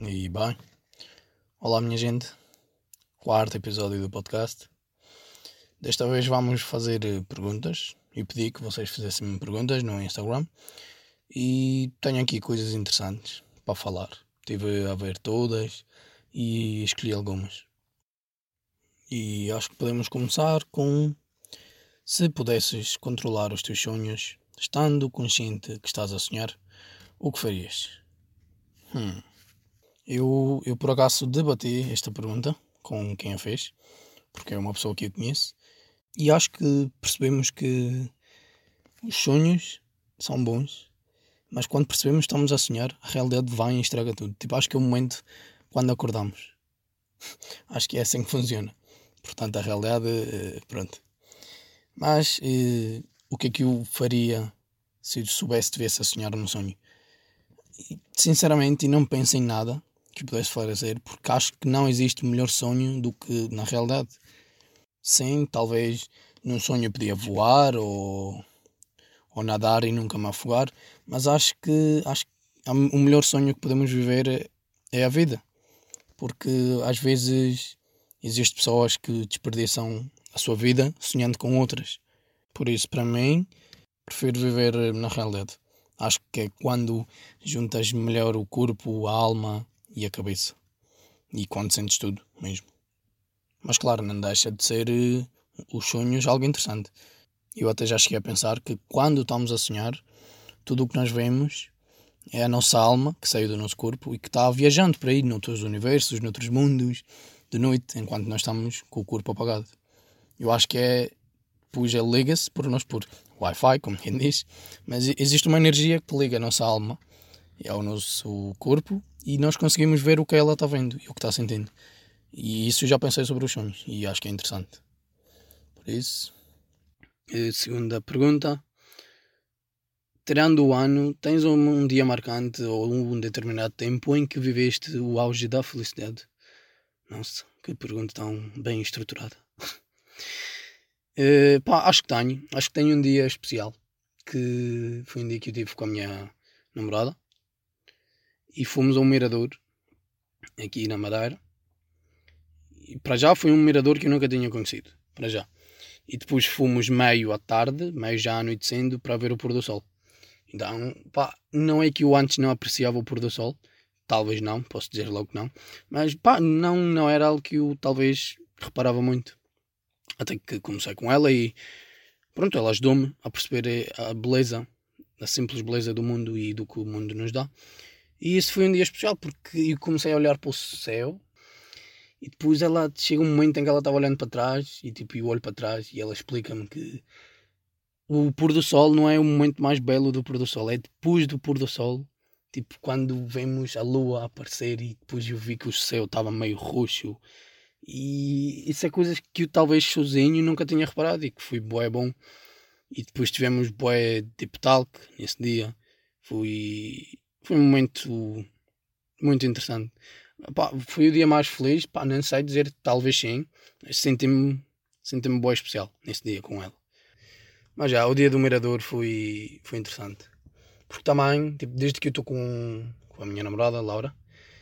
E bem, olá minha gente, quarto episódio do podcast. Desta vez vamos fazer perguntas e pedi que vocês fizessem perguntas no Instagram. E tenho aqui coisas interessantes para falar. Estive a ver todas e escolhi algumas. E acho que podemos começar com: se pudesses controlar os teus sonhos, estando consciente que estás a sonhar, o que farias? Eu por acaso debati esta pergunta com quem a fez, porque é uma pessoa que eu conheço, e acho que percebemos que os sonhos são bons, mas quando percebemos que estamos a sonhar, a realidade vem e estraga tudo. Tipo, acho que é o momento quando acordamos. Acho que é assim que funciona. Portanto, a realidade, pronto. Mas o que é que eu faria se eu soubesse que estivesse a sonhar no sonho? E, sinceramente, não penso em nada que pudesse fazer, porque acho que não existe melhor sonho do que na realidade. Sim, talvez num sonho eu podia voar ou nadar e nunca me afogar, mas acho que o melhor sonho que podemos viver é a vida, porque às vezes existem pessoas que desperdiçam a sua vida sonhando com outras. Por isso, para mim, prefiro viver na realidade. Acho que é quando juntas melhor o corpo, a alma e a cabeça. E quando sentes tudo mesmo. Mas claro, não deixa de ser os sonhos algo interessante. Eu até já cheguei a pensar que quando estamos a sonhar, tudo o que nós vemos é a nossa alma que saiu do nosso corpo e que está viajando por aí noutros universos, noutros mundos, de noite, enquanto nós estamos com o corpo apagado. Eu acho que liga-se por Wi-Fi, como quem diz, mas existe uma energia que liga a nossa alma ao nosso corpo e nós conseguimos ver o que ela está vendo e o que está sentindo. E isso eu já pensei sobre os sonhos e acho que é interessante. Por isso, segunda pergunta: tirando o ano, tens um dia marcante ou um determinado tempo em que viveste o auge da felicidade? Nossa, que pergunta tão bem estruturada. Acho que tenho. Acho que tenho um dia especial, que foi um dia que eu tive com a minha namorada e fomos a um mirador aqui na Madeira. E para já foi um mirador que eu nunca tinha conhecido, para já. E depois fomos meio à tarde, meio já anoitecendo, para ver o pôr do sol. Então, não é que eu antes não apreciava o pôr do sol, talvez não, posso dizer logo que não, mas não era algo que eu talvez reparava muito. Até que comecei com ela e pronto, ela ajudou-me a perceber a beleza, a simples beleza do mundo e do que o mundo nos dá. E isso foi um dia especial porque eu comecei a olhar para o céu e depois chega um momento em que ela estava olhando para trás e tipo, eu olho para trás e ela explica-me que o pôr do sol não é o momento mais belo do pôr do sol, é depois do pôr do sol, tipo quando vemos a lua aparecer e depois eu vi que o céu estava meio roxo. E isso é coisas que eu talvez sozinho nunca tinha reparado e que foi bué bom. E depois tivemos bué deep talk nesse dia. Foi um momento muito interessante. Foi o dia mais feliz, não sei dizer, talvez sim. Senti-me bué especial nesse dia com ela. Mas já, o dia do mirador foi interessante. Porque também, tipo, desde que eu estou com a minha namorada, Laura,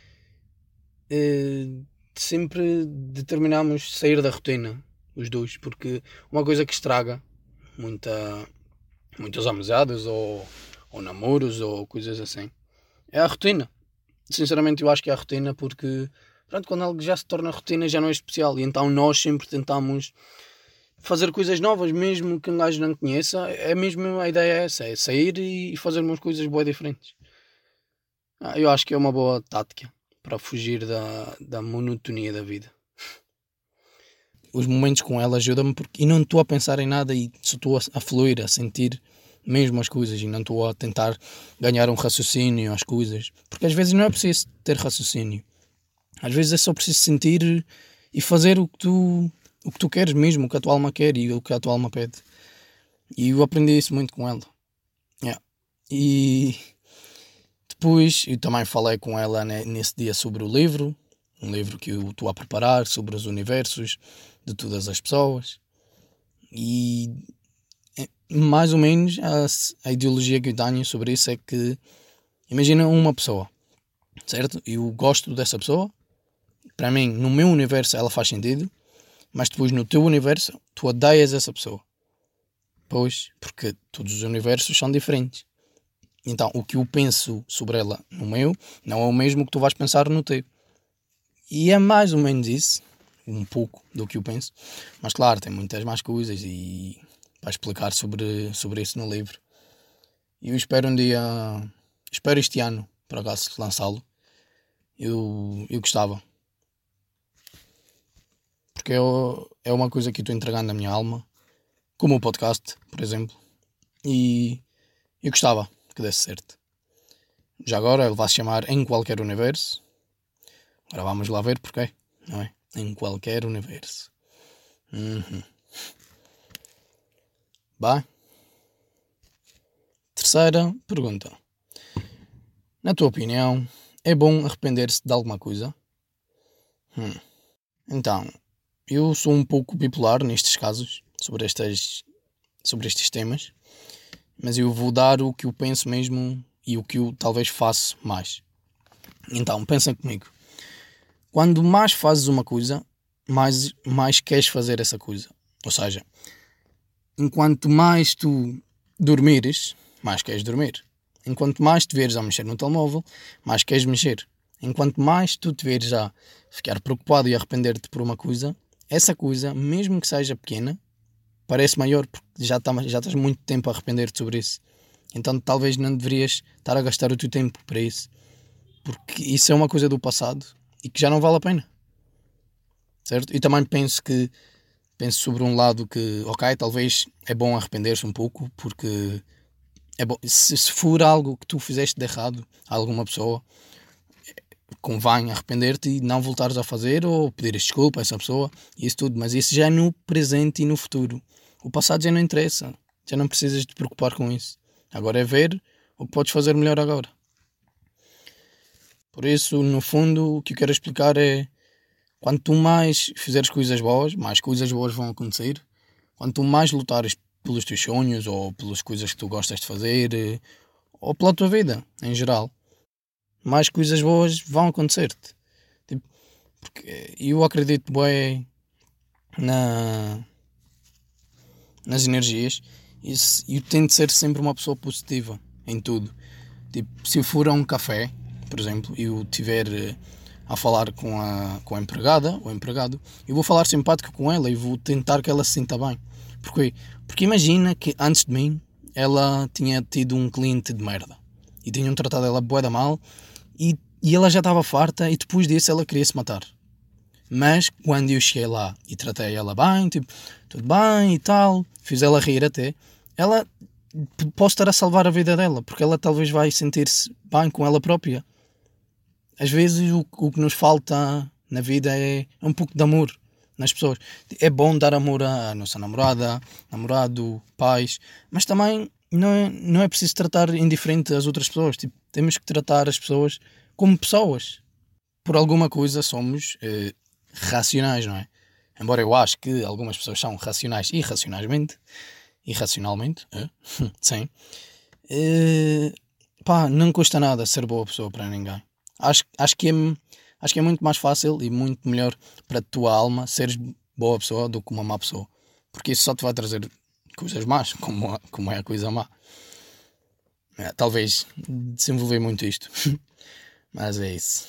sempre determinamos sair da rotina, os dois, porque uma coisa que estraga muitas amizades ou namoros ou coisas assim é a rotina. Sinceramente, eu acho que é a rotina porque pronto, quando algo já se torna rotina já não é especial e então nós sempre tentamos fazer coisas novas, mesmo que um gajo não conheça. É mesmo a ideia é essa, é sair e fazer umas coisas boas diferentes. Eu acho que é uma boa tática para fugir da monotonia da vida. Os momentos com ela ajudam-me porque não estou a pensar em nada e só estou a fluir, a sentir mesmo as coisas e não estou a tentar ganhar um raciocínio às coisas. Porque às vezes não é preciso ter raciocínio. Às vezes é só preciso sentir e fazer o que tu queres mesmo, o que a tua alma quer e o que a tua alma pede. E eu aprendi isso muito com ela. Yeah. E depois eu também falei com ela nesse dia sobre o livro, um livro que eu estou a preparar sobre os universos de todas as pessoas. E mais ou menos a ideologia que eu tenho sobre isso é que, imagina uma pessoa certo? Eu gosto dessa pessoa, para mim, no meu universo ela faz sentido, mas depois no teu universo tu odeias essa pessoa. Pois, porque todos os universos são diferentes. Então, o que eu penso sobre ela no meu não é o mesmo que tu vais pensar no teu. E é mais ou menos isso, um pouco do que eu penso. Mas claro, tem muitas mais coisas e vai explicar sobre isso no livro. E eu espero um dia, espero este ano, por acaso, lançá-lo. Eu gostava. Porque é uma coisa que eu estou entregando na minha alma, como o podcast, por exemplo. E eu gostava que desse certo. Já agora ele vai se chamar Em Qualquer Universo. Agora vamos lá ver porquê, não é? Em qualquer universo. Bem. Terceira pergunta. Na tua opinião, é bom arrepender-se de alguma coisa? Então, eu sou um pouco bipolar nestes casos, sobre estes temas, mas eu vou dar o que eu penso mesmo e o que eu talvez faço mais. Então, pensem comigo. Quando mais fazes uma coisa, mais queres fazer essa coisa. Ou seja, enquanto mais tu dormires, mais queres dormir. Enquanto mais te veres a mexer no telemóvel, mais queres mexer. Enquanto mais tu te veres a ficar preocupado e arrepender-te por uma coisa, essa coisa, mesmo que seja pequena, parece maior porque já estás muito tempo a arrepender-te sobre isso. Então talvez não deverias estar a gastar o teu tempo para isso. Porque isso é uma coisa do passado e que já não vale a pena. Certo? E também penso sobre um lado que, ok, talvez é bom arrepender-se um pouco, porque é bom, se for algo que tu fizeste de errado a alguma pessoa, convém arrepender-te e não voltares a fazer ou pedir desculpa a essa pessoa, isso tudo, mas isso já é no presente e no futuro. O passado já não interessa, já não precisas te preocupar com isso. Agora é ver o que podes fazer melhor agora. Por isso, no fundo, o que eu quero explicar é: quanto mais fizeres coisas boas, mais coisas boas vão acontecer. Quanto mais lutares pelos teus sonhos ou pelas coisas que tu gostas de fazer, ou pela tua vida em geral, mais coisas boas vão acontecer-te. Tipo, porque eu acredito bem nas energias e eu tento ser sempre uma pessoa positiva em tudo. Tipo, se eu for a um café, por exemplo, e eu estiver a falar com a empregada ou empregado, eu vou falar simpático com ela e vou tentar que ela se sinta bem. Porque imagina que antes de mim ela tinha tido um cliente de merda e tinham tratado ela bué da mal e ela já estava farta e depois disso ela queria se matar. Mas quando eu cheguei lá e tratei ela bem, tipo, tudo bem e tal, fiz ela rir até, ela, posso estar a salvar a vida dela, porque ela talvez vai sentir-se bem com ela própria. Às vezes o que nos falta na vida é um pouco de amor nas pessoas. É bom dar amor à nossa namorada, namorado, pais, mas também não é preciso tratar indiferente as outras pessoas. Tipo, temos que tratar as pessoas como pessoas. Por alguma coisa somos racionais, não é? Embora eu acho que algumas pessoas são racionais irracionalmente, sim. Não custa nada ser boa pessoa para ninguém. Acho que é muito mais fácil e muito melhor para a tua alma seres boa pessoa do que uma má pessoa. Porque isso só te vai trazer coisas más, como é a coisa má. Talvez desenvolver muito isto. Mas é isso.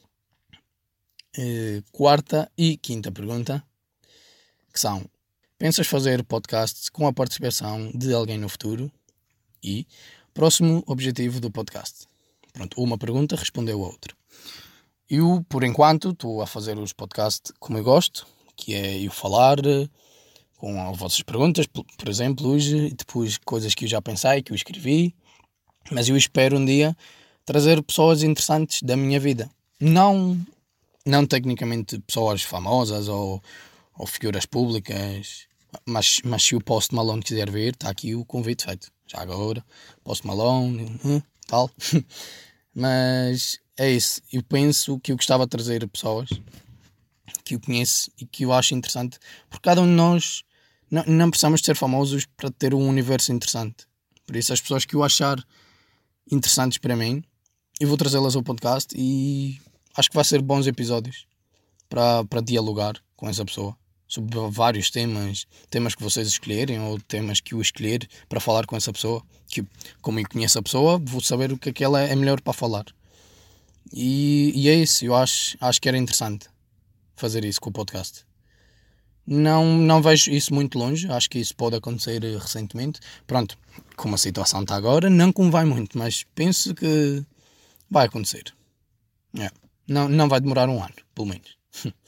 Quarta e quinta pergunta, que são: pensas fazer podcasts com a participação de alguém no futuro? E próximo objetivo do podcast. Pronto, uma pergunta respondeu a outra. Eu, por enquanto, estou a fazer os podcasts como eu gosto, que é eu falar com as vossas perguntas, por exemplo, hoje, e depois coisas que eu já pensei, que eu escrevi, mas eu espero um dia trazer pessoas interessantes da minha vida. Não tecnicamente pessoas famosas ou figuras públicas, mas se o Post Malone quiser vir, está aqui o convite feito. Já agora, Post Malone, tal. Mas é isso. Eu penso que eu gostava de trazer pessoas que eu conheço e que eu acho interessante, porque cada um de nós não precisamos de ser famosos para ter um universo interessante. Por isso, as pessoas que eu achar interessantes para mim, e vou trazê-las ao podcast e acho que vai ser bons episódios para dialogar com essa pessoa sobre vários temas que vocês escolherem ou temas que eu escolher para falar com essa pessoa, que como eu conheço a pessoa, vou saber o que ela é melhor para falar. E é isso, eu acho que era interessante fazer isso com o podcast. Não vejo isso muito longe, acho que isso pode acontecer recentemente. Pronto, como a situação está agora, não convém muito, mas penso que vai acontecer. É. Não vai demorar um ano, pelo menos.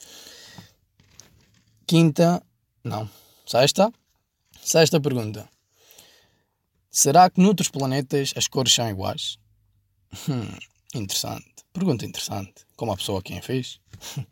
Sexta pergunta. Será que noutros planetas as cores são iguais? Interessante. Pergunta interessante. Como a pessoa quem a fez.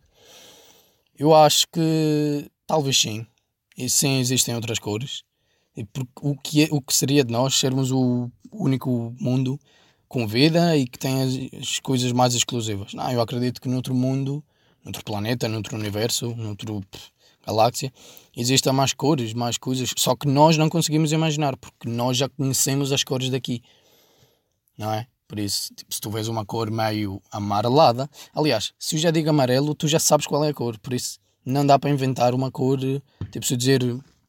Eu acho que talvez sim. E sim, existem outras cores. E o que seria de nós sermos o único mundo com vida e que tem as coisas mais exclusivas? Não, eu acredito que noutro mundo, noutro planeta, noutro universo, noutro galáxia, existem mais cores, mais coisas, só que nós não conseguimos imaginar, porque nós já conhecemos as cores daqui, não é? Por isso, tipo, se tu vês uma cor meio amarelada, aliás, se eu já digo amarelo, tu já sabes qual é a cor, por isso não dá para inventar uma cor, tipo se eu dizer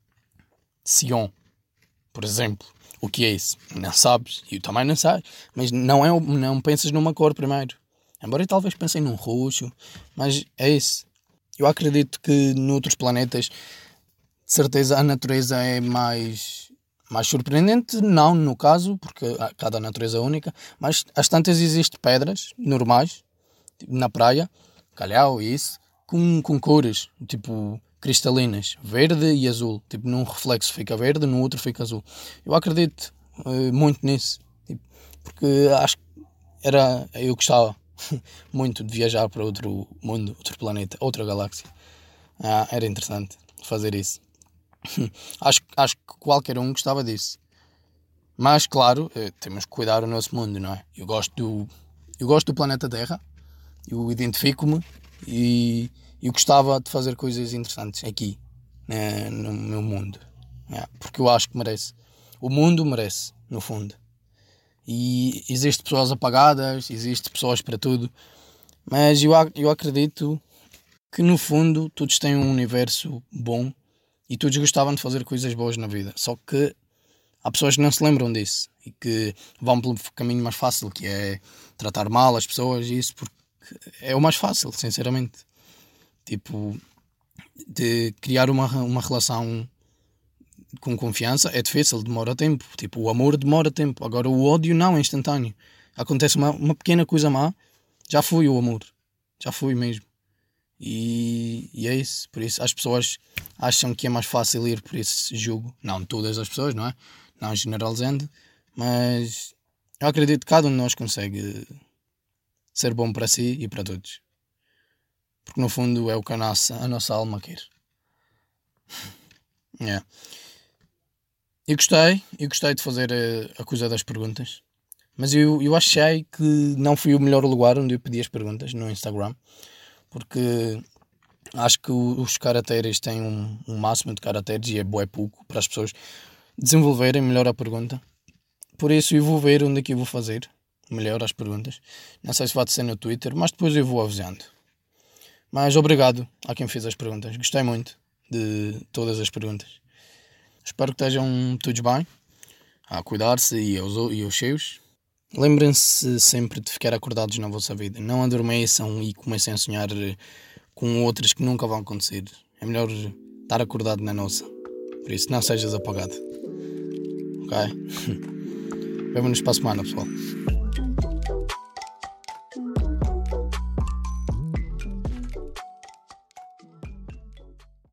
Sion, por exemplo, o que é isso? Não sabes, eu também não sei, mas não pensas numa cor primeiro, embora eu talvez pensem num roxo, mas é isso. Eu acredito que noutros planetas, de certeza, a natureza é mais surpreendente, não no caso, porque cada natureza é única, mas às tantas existem pedras normais, tipo, na praia, calhau e isso, com cores, tipo, cristalinas, verde e azul. Tipo, num reflexo fica verde, no outro fica azul. Eu acredito muito nisso, tipo, porque acho que eu gostava muito de viajar para outro mundo, outro planeta, outra galáxia. Era interessante fazer isso. acho que qualquer um gostava disso. Mas, claro, temos que cuidar do nosso mundo, não é? Eu gosto do planeta Terra, eu identifico-me e eu gostava de fazer coisas interessantes aqui, né, no meu mundo. Porque eu acho que merece. O mundo merece, no fundo. E existem pessoas apagadas, existem pessoas para tudo, mas eu acredito que no fundo todos têm um universo bom e todos gostavam de fazer coisas boas na vida, só que há pessoas que não se lembram disso e que vão pelo caminho mais fácil, que é tratar mal as pessoas, e isso porque é o mais fácil, sinceramente. Tipo, de criar uma relação com confiança é difícil, demora tempo. Tipo, o amor demora tempo. Agora o ódio não é instantâneo. Acontece uma pequena coisa má, já foi o amor. Já foi mesmo. E é isso. Por isso as pessoas acham que é mais fácil ir por esse jogo. Não todas as pessoas, não é? Não generalizando. Mas eu acredito que cada um de nós consegue ser bom para si e para todos. Porque no fundo é o que a nossa alma quer. Yeah. Eu gostei de fazer a coisa das perguntas, mas eu achei que não fui o melhor lugar onde eu pedi as perguntas no Instagram, porque acho que os caracteres têm um máximo de caracteres e é bué pouco para as pessoas desenvolverem melhor a pergunta. Por isso eu vou ver onde é que eu vou fazer melhor as perguntas. Não sei se vai ser no Twitter, mas depois eu vou avisando. Mas obrigado a quem fez as perguntas, gostei muito de todas as perguntas. Espero que estejam todos bem, a cuidar-se e aos seus. Lembrem-se sempre de ficar acordados na vossa vida. Não adormeçam e comecem a sonhar com outras que nunca vão acontecer. É melhor estar acordado na nossa. Por isso, não sejas apagado. Ok? Vemo-nos para a semana, pessoal.